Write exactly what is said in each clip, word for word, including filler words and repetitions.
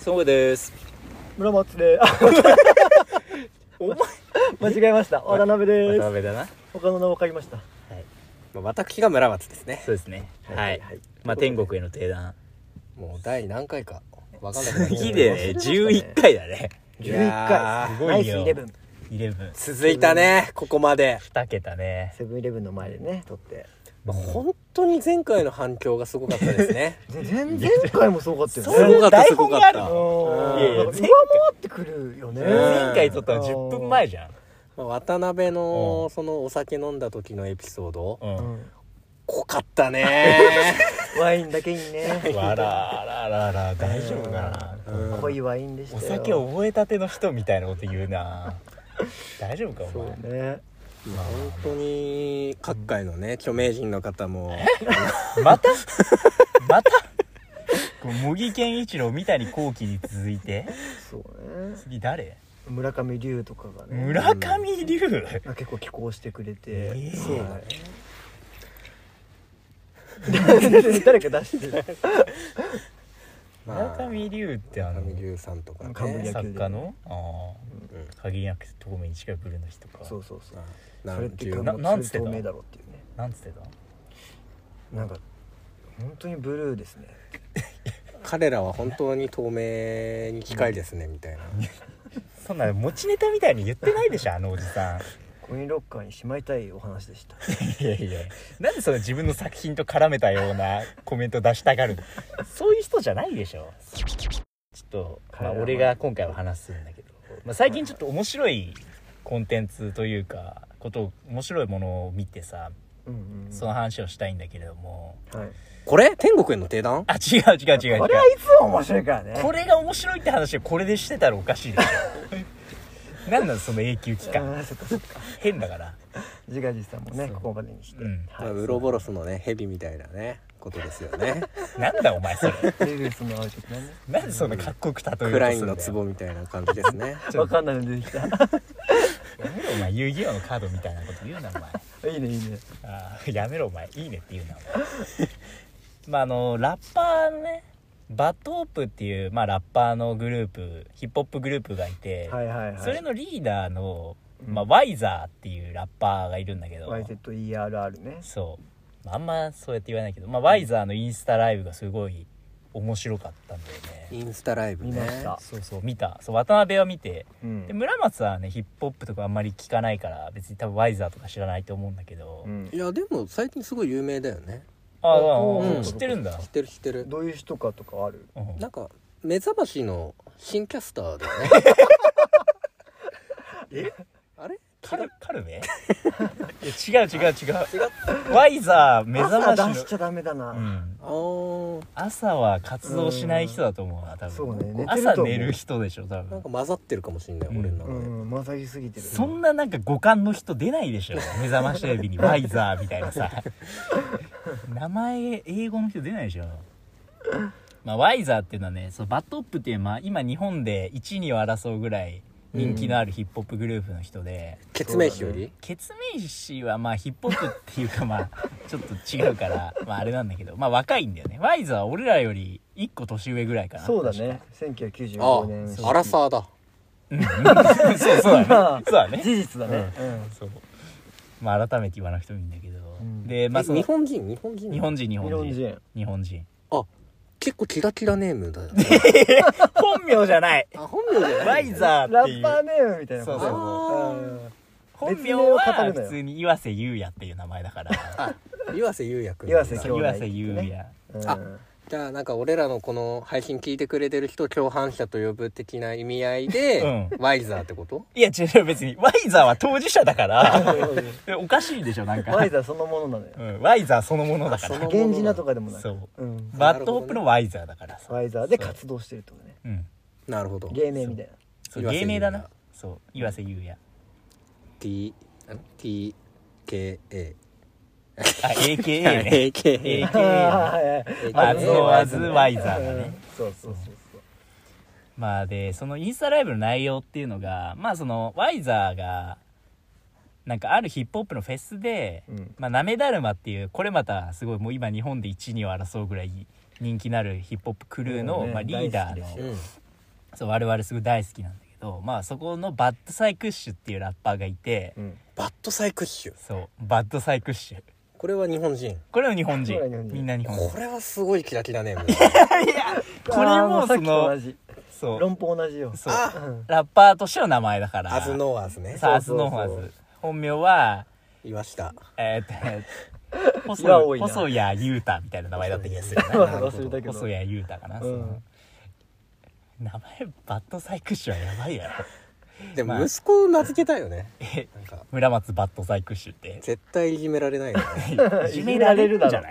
そうです。 村松でお前間違えました。渡辺です。 渡辺だな。 他の名分かりました。はい。 まあ、私が村松ですね。 そうですね。はい。はいはい、まあ天国への定談。 もう第何回か分かんなくな次でねじゅういっかいだね。 じゅういっかい。すごいよ。ナイスイレブン。 イレブン。 続いたねここまで。 にけたね。 セブンイレブンの前でね撮って。 まあ、本当に前回の反響がすごかったですね。 前前回もすごかったよね。 すごかったすごかった。いやいや上回ってくるよね。 前回撮ったのじゅっぷんまえじゃん。 まあ、渡辺のそのお酒飲んだ時のエピソード、うん、濃かったね。 ワインだけにね。 わらららら大丈夫かな。 うん、濃いワインでしたよ。 お酒覚えたての人みたいなこと言うな。大丈夫かお前。 そうね。 まあ、本当に各界のね著名人の方もまたまた茂木健一郎三谷幸喜に続いてそうね次誰？ 村上龍とかがね村上龍、うん、 結構寄稿してくれて、 えー、 そうだね誰か出してる。 村上龍ってあの村上龍さんとかね作家のあ、うん、限りなく透明に近いブルーの人か。 そうそうそう。 それってななんつってた？ 透明だろうっていうね。 なんつってた？ なんか本当にブルーですね。 彼らは本当に透明に近いですねみたいな。 そんな持ちネタみたいに言ってないでしょあのおじさん。 コインロッカーにしまいたいお話でした。 いやいやなんでその自分の作品と絡めたようなコメント出したがるの？そういう人じゃないでしょ。ちょっと、まあ、俺が今回は話すんだけど、まあ、最近ちょっと面白いコンテンツというかことを面白いものを見てさ、うんうんうん、その話をしたいんだけれども、 はい、 これ天国への定談？ あ違う違う違う違う。 これはいつも面白いからね。 これが面白いって話をこれでしてたらおかしいでしょ。なんなんその永久期間。 そっかそっか変だから。 自画自賛もねここまでにして、うんはい、ウロボロスのねヘビみたいなねことですよね。 なんだお前それ。なんでそんなかっこよく例えようとするんだよ。 クラインの壺みたいな感じですね。 わかんないの出てきた。やめろお前遊戯王のカードみたいなこと言うなお前。 いいねいいね。 あやめろお前いいねって言うなお前。まああのラッパーのねバッドオープっていう、まあ、ラッパーのグループヒップホップグループがいて、 はいはいはい、 それのリーダーの、まあ、ワイザーっていうラッパーがいるんだけど、 ワイゼットイーアールアール ね。 そう、まあ、あんまそうやって言わないけど、まあ、ワイザーのインスタライブがすごい面白かったんだよね。 インスタライブね見ました。 そうそう見た。そう渡辺は見て、 うん、 で村松はねヒップホップとかあんまり聞かないから別に多分ワイザーとか知らないと思うんだけど、 うん、いやでも最近すごい有名だよね。 ああ、うん、知ってるんだ。 知ってる知ってる。 どういう人かとかある？ うん、なんか目覚ましの新キャスターだよね。 えあれカルカルメ？いや違う違う違う。違うワイザー目覚ましの朝出しちゃダメだな。うん、 朝は活動しない人だと思うな多分。 そうね。寝朝寝る人でしょ多分。 なんか混ざってるかもしれない、うん、俺の中で。 うん、混ざりすぎてる。 そんななんか五感の人出ないでしょ。目覚ましテレビにワイザーみたいなさ。名前英語の人出ないでしょ。まあワイザーっていうのはね、そのバッドオップっていうまあ今日本でいち、にを争うぐらい人気のあるヒップホップグループの人で、 ケツメイシより？ ケツメイシはまあヒップホップっていうかまあちょっと違うからまああれなんだけど、まあ若いんだよね。ワイザーは俺らよりいっこ年上ぐらいかな。 そうだね。せんきゅうひゃくきゅうじゅうごねん。 あ、アラサーだ。 うん、そうそうだね。そうだね。 事実だね。うん。 そう。まあ改めて言わなくてもいいんだけど、うん、でまあその日本人日本人日本人日本人日本人日本人。 あ、結構キラキラネームだよね。 本名じゃない。 あ、本名じゃない、ね。 ワイザーっていうラッパーネームみたいなこと。 そうそうそう本名は普通に岩瀬優也っていう名前だから。 あ、岩瀬優也くん。 岩瀬兄弟、 岩瀬優也。 あ、じゃあなんか俺らのこの配信聞いてくれてる人共犯者と呼ぶ的な意味合いで、うん、ワイザーってこと？ いや違う別にワイザーは当事者だからおかしいでしょなんか。 ワイザーそのものなのよ。 うん、ワイザーそのものだから。 源氏名とかでもない。 そう、うん、バッドホップのワイザーだからさ。 ワイザーで活動してるってことね。 うん。 なるほど。 芸名みたいな。 そう芸名だな。そう岩瀬優也。 T T K A。 あ エーケーエー ね。 エーケーエー。 エーケーエー ね。まあズオワズワイザーだね。 そうそうそうそう。 まあでそのインスタライブの内容っていうのがまあそのワイザーがなんかあるヒップホップのフェスで、うん、まあなめだるまっていうこれまたすごいもう今日本でいち、にを争うぐらい人気のあるヒップホップクルーの、ね、まあ、リーダーのそう我々すごい大好きなんだけど、まあそこのバッドサイクッシュっていうラッパーがいて、 うん、 バッドサイクッシュ。 そうバッドサイクッシュ、 これは日本人。 これは日本人、 これは日本人みんな日本人。 これはすごいキラキラネーム。 いやこれもそあーさっきと同のじそう論法同じよ。 そうあうんラッパーとしての名前だからアズノーアズね。 さあアズそうそうそうノーアズ、本名は岩下。 えー、っと岩多いな細細谷優太みたいな名前だった気がするな忘れたけど。 細谷優太かな、 うんその名前バッドサイクッシュはやばいやろ。 でもまあ息子を名付けたいよね。 えなんか村松バッドサイクッシュって絶対いじめられないよね。 いじめられるんじゃない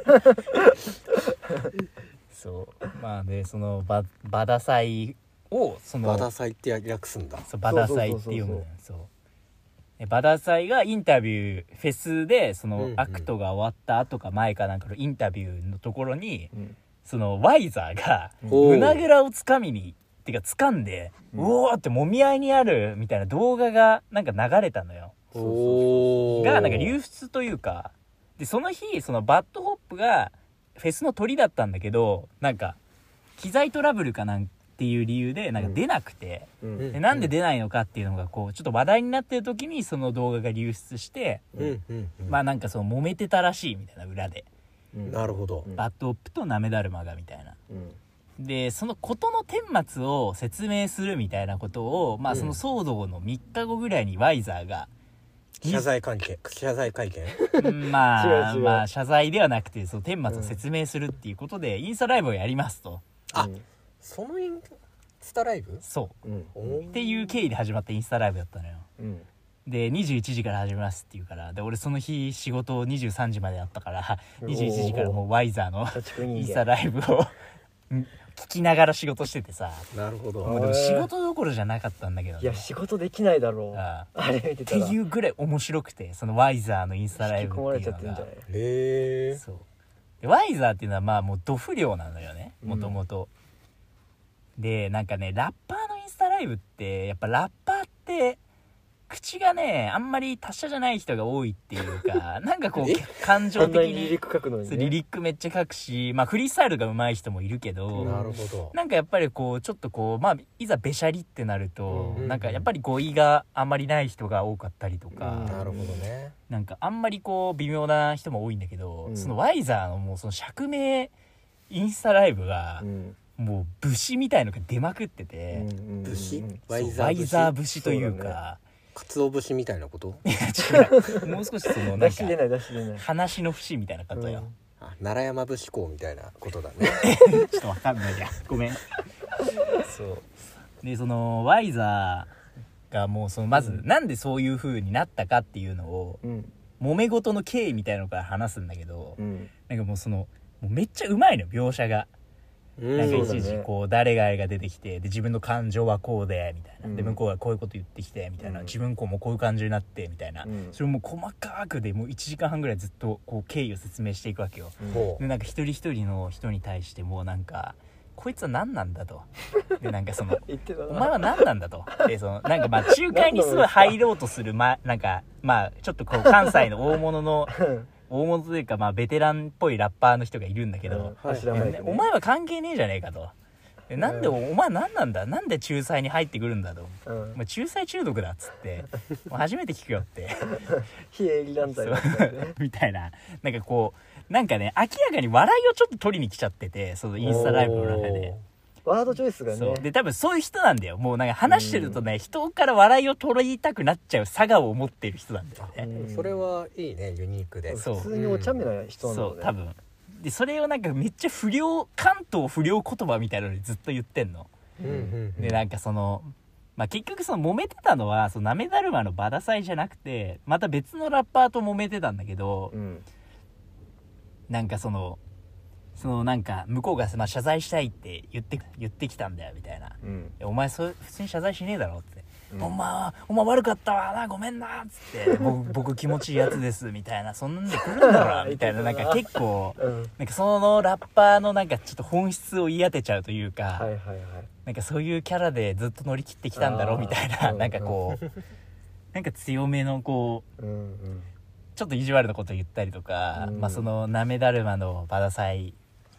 そうまあでそのババダサイをそのバダサイって略すんだ。 そうバダサイっていうものそうでバダサイがインタビューフェスでそのうんうんアクトが終わった後か前かなんかのインタビューのところに、 うんそのワイザーがおう胸ぐらをつかみにってか掴んで、うおーってもみ合いにあるみたいな動画がなんか流れたのよ。 おーがなんか流出というかでその日そのバッドホップがフェスの鳥だったんだけどなんか機材トラブルかなんっていう理由でなんか出なくて、 うんでなんで出ないのかっていうのがこうちょっと話題になってる時にその動画が流出して、 うんうんうん。 まあなんかその揉めてたらしいみたいな裏で、 うんなるほど。 うんバッドホップとナメダルマがみたいな。 うんでその事の顛末を説明するみたいなことを、まあ、 うんその騒動のみっかごぐらいにワイザーが、 謝罪関係謝罪会見。 うんまあ違う違うまあ謝罪ではなくてその顛末を説明するっていうことで、インスタライブをやりますとあそのインスタライブ。 そうんおーうっていう経緯で始まったインスタライブだったのよ。 うんでにじゅういちじから始めますっていうからで俺その日仕事をにじゅうさんじまでやったからにじゅういちじからもうワイザーの社畜人間インスタライブをうん聞きながら仕事しててさなるほど。 もうでも仕事どころじゃなかったんだけどね、 いや仕事できないだろうああれ見てってたらいうぐらい面白くてそのワイザーのインスタライブ引き込まれっていうのがちゃってんじゃないへえ。 そうでワイザーっていうのはまあもうド不良なのよねうんもともとでなんかねラッパーのインスタライブってやっぱラッパーって口がねあんまり達者じゃない人が多いっていうかなんかこえう感あ情的んなにリリッにク書くのにねそうリリックめっちゃ書くしまあフリースタイルが上手い人もいるけど、 うんなるほど。 なんかやっぱりこうちょっとこうまあいざべしゃりってなると、 うんなんかやっぱり語彙があんまりない人が多かったりとか、 うんなるほどね。 なんかあんまりこう微妙な人も多いんだけど、 うんそのワイザーのもうその釈明インスタライブがうんもう武士みたいのが出まくってて、 うんうんうん武士そうワイザーワイザー節。 節というそうだか鰹節みたいなこと。 いや違うもう少しそのなんか出し出ない出し出ない話の節みたいなことよ、 あ奈良山節公みたいなことだね。 ちょっとわかんないやごめんそうでそのワイザーがもうそのまずなんでそういう風になったかっていうのをうん揉め事の経緯みたいなのから話すんだけど、 うんなんかもうそのもうめっちゃうまいの描写がうんなんか一そうだね時こう誰々が出てきてで自分の感情はこうでみたいな、 うんで向こうがこういうこと言ってきてみたいな、 うん自分こうもこういう感じになってみたいな、 うんそれをもう細かくでもういちじかんはんぐらいずっとこう経緯を説明していくわけよ。 うんほでなんか一人一人の人に対してもうなんかこいつは何なんだとでなんかその言ってたなお前は何なんだとでそのなんかまあ仲介にすごい入ろうとするまなんかまあちょっとこう関西の大物の大物というかまあベテランっぽいラッパーの人がいるんだけど、 うん柱マイクねお前は関係ねえじゃねえかとでなんでおお前何なんだなんで仲裁に入ってくるんだとうんお前仲裁中毒だっつってもう初めて聞くよって非営利団体だったんでねみたいななんかこうなんかね明らかに笑いをちょっと取りに来ちゃっててそのインスタライブの中で。 ワードチョイスがそうねで多分そういう人なんだよもうなんか話してるとね、人から笑いを取りたくなっちゃう差がを持ってる人なんだよね、 うんそれはいいねユニークで。 そう普通にお茶目な人なんだろねそうう多分でそれをなんかめっちゃ不良関東不良言葉みたいなのにずっと言ってんの、 うんうんうんでなんかそのまあ結局その揉めてたのはそのなめだるまのバダサイじゃなくてまた別のラッパーと揉めてたんだけど、 うんなんかそのそのなんか向こうが、まあ、謝罪したいって言って言ってきたんだよみたいなうんお前それ普通に謝罪しねえだろって、 うんお前はお前悪かったわなごめんなっつって僕僕気持ちいいやつですみたいなそんなんで来るんだろみたいななんか結構うんなんかそのラッパーのなんかちょっと本質を言い当てちゃうというか、 はいはいはいなんかそういうキャラでずっと乗り切ってきたんだろうみたいなあーなんかこうなんか強めのこううんうんちょっと意地悪なこと言ったりとか、 うんまあそのなめだるまのバダサイ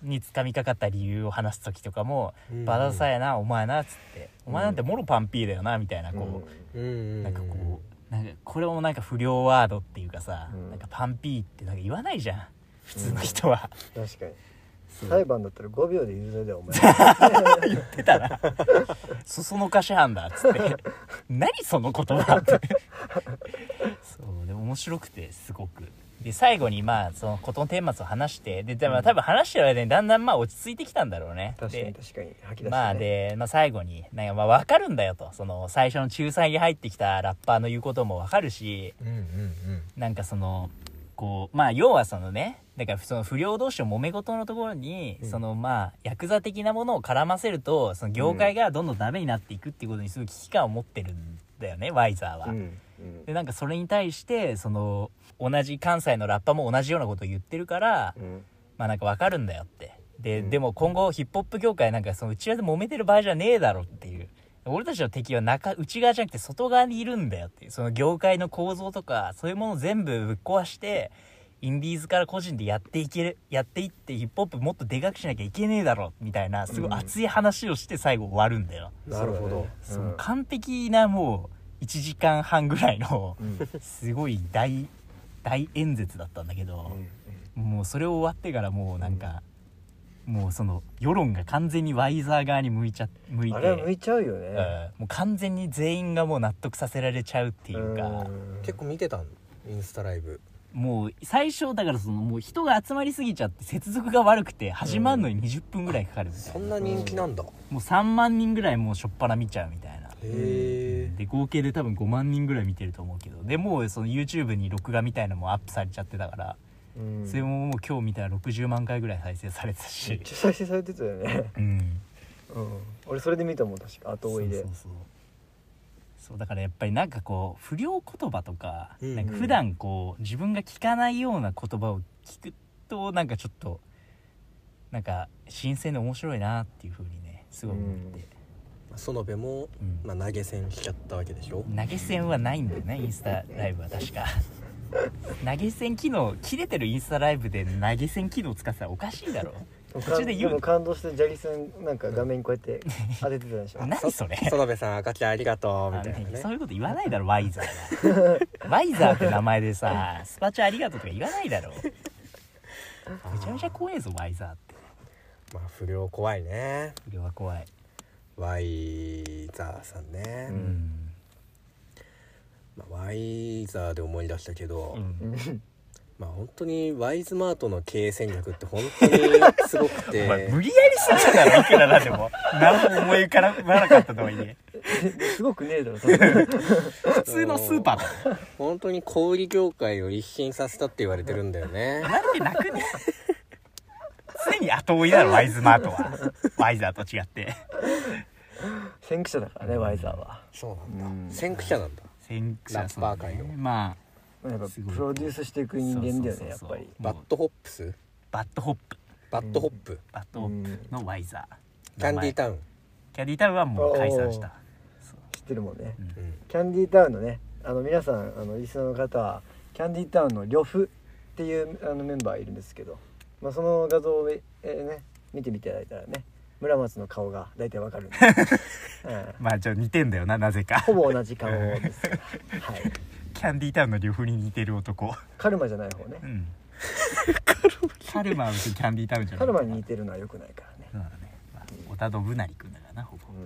に掴みかかった理由を話す時とかも、 うんうん、 バダサやなお前なっつって、お前なんてもろパンピーだよなみたいな、こう、 うん、 なんかこうなんかこれもなんか不良ワードっていうかさ、 うん、 なんかパンピーってなんか言わないじゃん普通の人は、 うん、確かに裁判だったらごびょうで有罪だよお前言ってたなそそのかしはんだっつって何その言葉ってそうでも面白くてすごく、で最後にまあその事の顛末を話して、ででも多分話してる間にだんだんまあ落ち着いてきたんだろうね。 確かに確かに吐き出して、ね、 まあで、まあ、最後になんかまあ分かるんだよと、その最初の仲裁に入ってきたラッパーの言うことも分かるし、 うんうんうん、 なんかそのこうまあ要はそのね、だからその不良同士の揉め事のところに、うん、そのまあヤクザ的なものを絡ませるとその業界がどんどんダメになっていくっていうことにすごい危機感を持ってるんだよね、ワイザーは、うんうん、でなんかそれに対してその同じ関西のラッパーも同じようなことを言ってるから、うん、まあなんか分かるんだよってで、うん、でも今後ヒップホップ業界なんかその内輪で揉めてる場合じゃねえだろっていう、俺たちの敵は中内側じゃなくて外側にいるんだよっていう、その業界の構造とかそういうものを全部ぶっ壊してインディーズから個人でやっていけるやっていってヒップホップもっとでかくしなきゃいけねえだろみたいなすごい熱い話をして最後終わるんだよ、 うん、なるほど、 その完璧なもういちじかんはんぐらいのすごい大大演説だったんだけど、うん、もうそれを終わってからもうなんか、うん、もうその世論が完全にワイザー側に向いちゃ向いて、 あれは向いちゃうよね、 うん、もう完全に全員がもう納得させられちゃうっていうか、うん、 結構見てたんインスタライブ、 もう最初だからそのもう人が集まりすぎちゃって接続が悪くて始まるのににじゅっぷんぐらいかかるみたいな、 そんな人気なんだ、 もうさんまんにんぐらいもうしょっぱな見ちゃうみたいな、 へで合計で多分ごまんにんぐらい見てると思うけど、でもうその YouTube に録画みたいなのもアップされちゃってたから、うん、それももう今日見たらろくじゅうまんかいぐらい再生されてたし、 めっちゃ再生されてたよねうん、うん、俺それで見たもん確か後追いで、 そうそうそうそうだからやっぱりなんかこう不良言葉とか、 うんうん、 なんか普段こう自分が聞かないような言葉を聞くとなんかちょっとなんか新鮮で面白いなっていう風にねすごい思って、 うん、園部も、うんまあ、投げ銭しちゃったわけでしょ。 投げ銭はないんだよねインスタライブは確か投げ銭機能切れてるインスタライブで投げ銭機能使ってたらおかしいだろ途中で言うでも感動して砂利線なんか画面にこうやって当ててたでしょ何それ園部さん赤ちゃんありがとうみたいな、ね、 そういうこと言わないだろワイザーがワイザーって名前でさスパチャありがとうとか言わないだろめちゃめちゃ怖いぞワイザーって。 まあ不良怖いね、 不良は怖いワイザーさんね、 うんまあ、ワイザーで思い出したけど、 うんまあ本当にワイズマートの経営戦略って本当にすごくてお前無理やりすぎだろいくらなんでも何も思い浮かばなかったとはいえすごくねえだろ普通のスーパーだろ本当に小売業界を一新させたって言われてるんだよねなんでなくね常に後追いだろワイズマートはワイザーと違って先駆者だからね、うん、ワイザーはそうなんだ、うん、先駆者なんだ先駆者、 ラッパー界の、 ね、まあやっぱプロデュースしていく人間だよねやっぱり。 バッドホップスバッドホップバッドホップ、 うん、バッドホップのワイザー、 キャンディータウンキャンディータウンはもう解散した。 知ってるもんね、 うん、 キャンディータウンのねあの皆さんあのリスナーの方はキャンディータウンの呂布っていうあのメンバーいるんですけど、まあ、その画像を、えーね、見てみていただいたらね村松の顔が大体わかるんで、 うん、まあじゃあ似てんだよななぜかほぼ同じ顔ですからはいキャンディータウンの呂布に似てる男カルマじゃない方ね、 うん、カルマは別にキャンディータウンじゃないカルマに似てるのは良くないからね。 そうだね、まあ、織田信成君だからなほぼ、うん、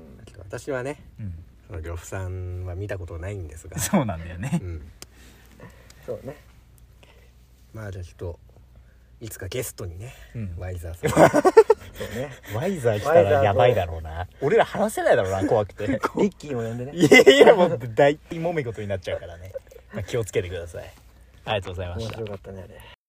私はね、 うん、 その呂布さんは見たことないんですがそうなんだよね、 うん、 そうねまあじゃあちょっといつかゲストにね、うん、ワイザーさんそうねワイザー来たらやばいだろうな俺ら話せないだろうな怖くてリッキーも呼んでねいやいやもう大もめ事になっちゃうからね、まあ、気をつけてください。ありがとうございました。 面白かったねあれ。